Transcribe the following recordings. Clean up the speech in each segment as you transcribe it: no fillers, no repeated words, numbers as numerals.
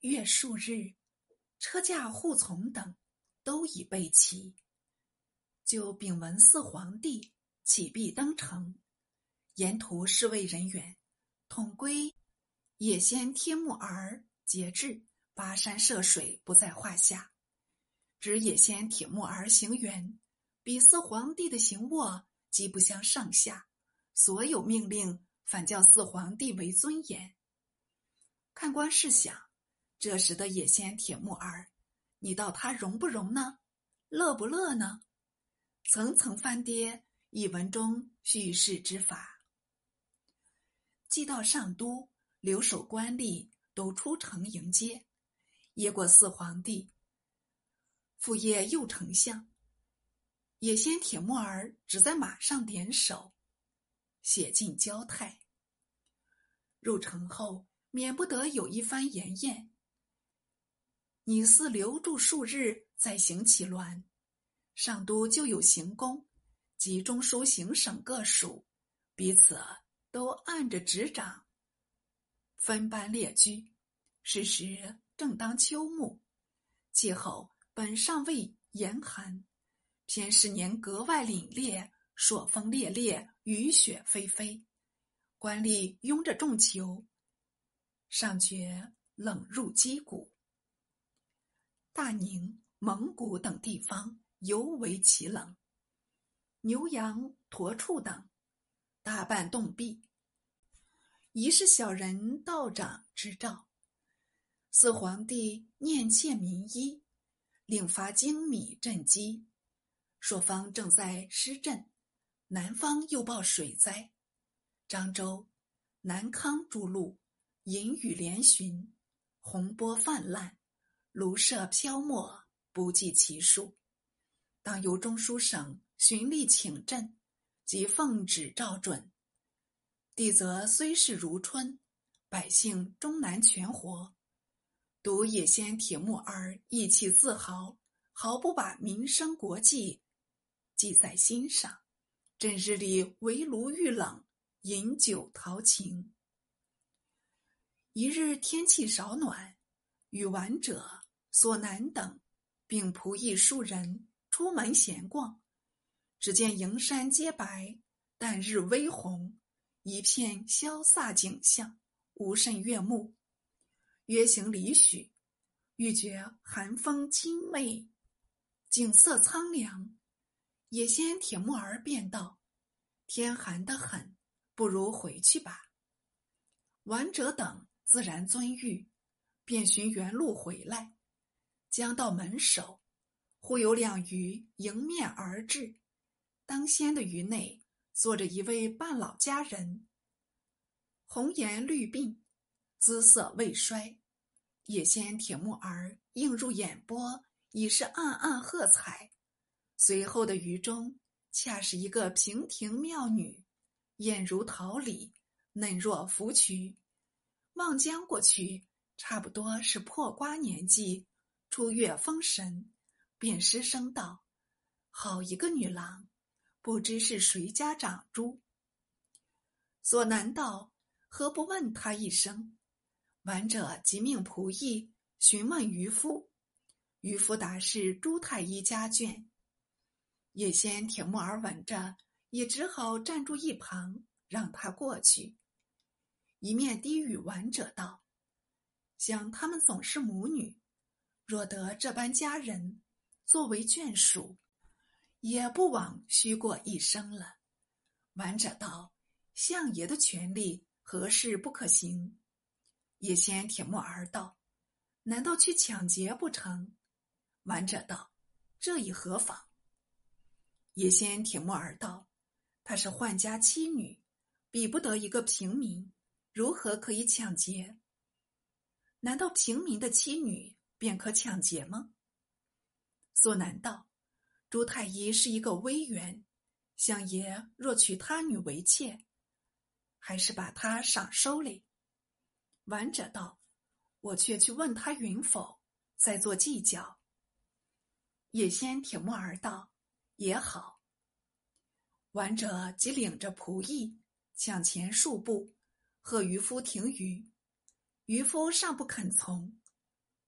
月数日，车驾护从等都已备齐，就禀文四皇帝启必登城。沿途侍卫人员统归也先贴木儿节制，跋山涉水不在话下。只也先铁木儿行辕，比四皇帝的行卧既不相上下，所有命令反叫四皇帝为尊严。看官试想，这时的也先铁木儿，你道他容不容呢？乐不乐呢？层层翻跌，一文中叙事之法。既到上都，留守官吏都出城迎接，接过四皇帝，父业右丞相。也先铁木儿只在马上点手，写进交态。入城后，免不得有一番言宴。你似留住数日，再行其銮。上都就有行宫及中书行省各属，彼此都按着执掌，分班列居。是时正当秋暮，气候本尚未严寒，偏是年格外凛冽，朔风烈烈，雨雪霏霏。官吏拥着重裘，尚觉冷入肌骨。大宁、蒙古等地方尤为其冷，牛羊驼畜等大半冻毙，疑是小人道长之兆。四皇帝念切民医，令发精米赈饥。朔方正在施赈，南方又报水灾。漳州、南康诸路淫雨连巡，洪波泛滥，庐舍漂没，不计其数。当由中书省循例请赈，即奉旨照准。地则虽是如春，百姓终难全活。独也先铁木儿意气自豪，毫不把民生国计记在心上。正日里围炉遇冷，饮酒陶情。一日天气稍暖，与玩者索南等并仆役数人出门闲逛，只见营山皆白，旦日微红，一片潇洒景象，无甚悦目。约行里许，欲觉寒风清媚，景色苍凉。也先铁木儿便道：天寒得很，不如回去吧。玩者等自然遵谕，便循原路回来。将到门首，忽有两鱼迎面而至。当先的鱼内坐着一位半老佳人，红颜绿鬓，姿色未衰。也先铁木儿映入眼波，已是暗暗喝彩。随后的鱼中恰是一个平庭妙女，艳如桃李，嫩若芙蕖。望将过去，差不多是破瓜年纪，初越风神，便失声道：好一个女郎，不知是谁家长珠。索南道：何不问他一声？玩者即命仆役询问渔夫，渔夫答是朱太医家眷。也先铁木儿闻着，也只好站住一旁，让他过去。一面低语玩者道：想他们总是母女，若得这般佳人作为眷属，也不枉虚过一生了。玩者道：相爷的权力何事不可行？也先铁木儿道：难道去抢劫不成？玩者道：这已何妨？也先铁木儿道：她是宦家妻女，比不得一个平民，如何可以抢劫？难道平民的妻女便可抢劫吗？索南道：朱太医是一个微员，相爷若娶他女为妾，还是把她赏收哩。玩者道：我却去问他允否，再做计较。也先铁木儿道：也好。玩者即领着仆役抢前数步，喝渔夫停渔。渔夫尚不肯从，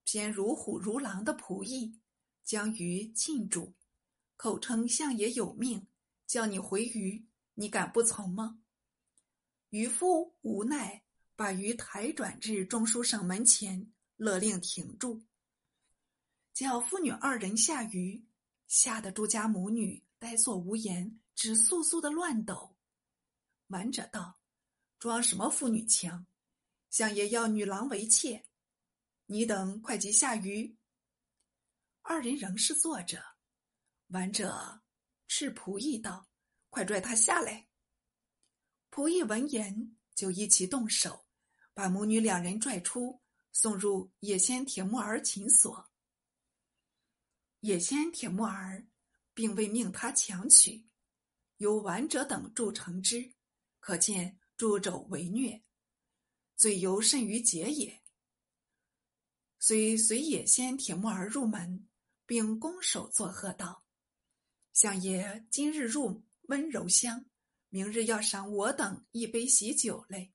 偏如虎如狼的仆役，将鱼禁住，口称相爷有命，叫你回鱼，你敢不从吗？渔夫无奈，把鱼抬转至中书省门前，勒令停住，叫父女二人下鱼，吓得朱家母女呆坐无言，只簌簌的乱抖。瞒着道：装什么父女腔？相爷要女郎为妾，你等快即下鱼。二人仍是坐着，挽者斥仆役道：快拽他下来。仆役闻言，就一起动手，把母女两人拽出，送入野仙铁木儿寝所。野仙铁木儿并未命他强取，由挽者等助惩之，可见助纣为虐，罪尤甚于劫也。遂随野仙铁木儿入门，并拱手作贺道：相爷今日入温柔乡，明日要赏我等一杯喜酒嘞。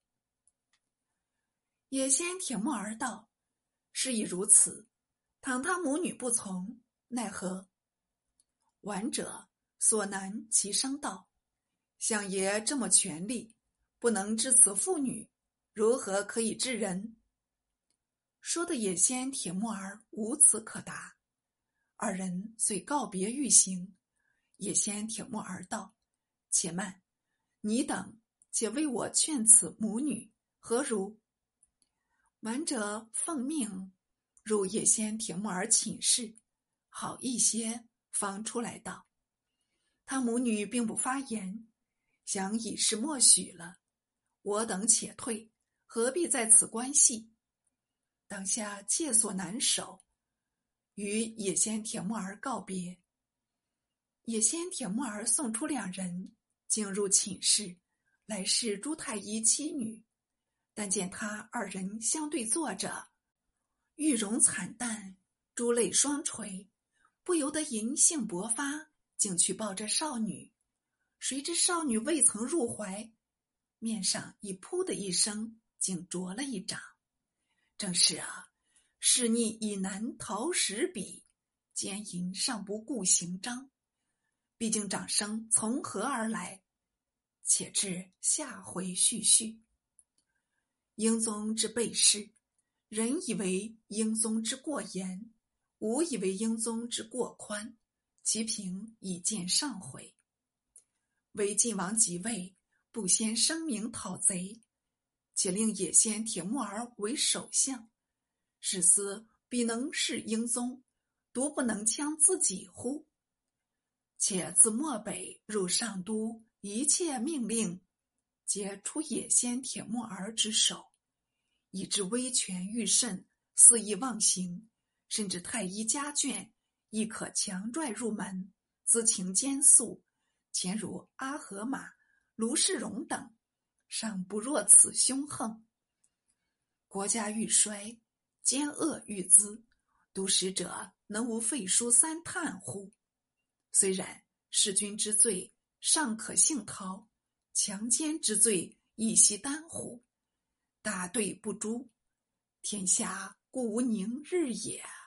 野仙铁木儿道：事已如此，倘他母女不从，奈何？挽者所难其声道：相爷这么权力，不能治此妇女，如何可以治人？说的野仙铁木儿无词可答。二人遂告别欲行。野仙铁木儿道：且慢，你等且为我劝此母女，何如？挽者奉命入野仙铁木儿寝室，好一些方出来道：他母女并不发言，想已是默许了，我等且退，何必在此关系？当下切所难守，与野仙铁木儿告别。野仙铁木儿送出两人，进入寝室，来是朱太医妻女，但见他二人相对坐着，玉容惨淡，珠泪双垂，不由得淫性勃发，竟去抱着少女。谁知少女未曾入怀，面上已噗的一声，竟啄了一掌。正是啊，是逆以难逃时彼，奸淫尚不顾行章。毕竟掌声从何而来？且至下回续续。英宗之备事，人以为英宗之过严，吾以为英宗之过宽，其评已见上回。为晋王即位，不先声明讨贼，且令野仙铁木儿为首相，史思必能弑英宗，独不能戕自己乎？且自漠北入上都，一切命令皆出野仙铁木儿之手，以致威权愈甚，肆意妄行，甚至太医家眷亦可强拽入门，资情奸肃，前如阿合马、卢世荣等，尚不若此凶横。国家愈衰，奸恶愈滋，督使者能无废书三叹乎？虽然弑君之罪尚可幸逃，强奸之罪亦悉担乎？大队不诛，天下故无宁日也。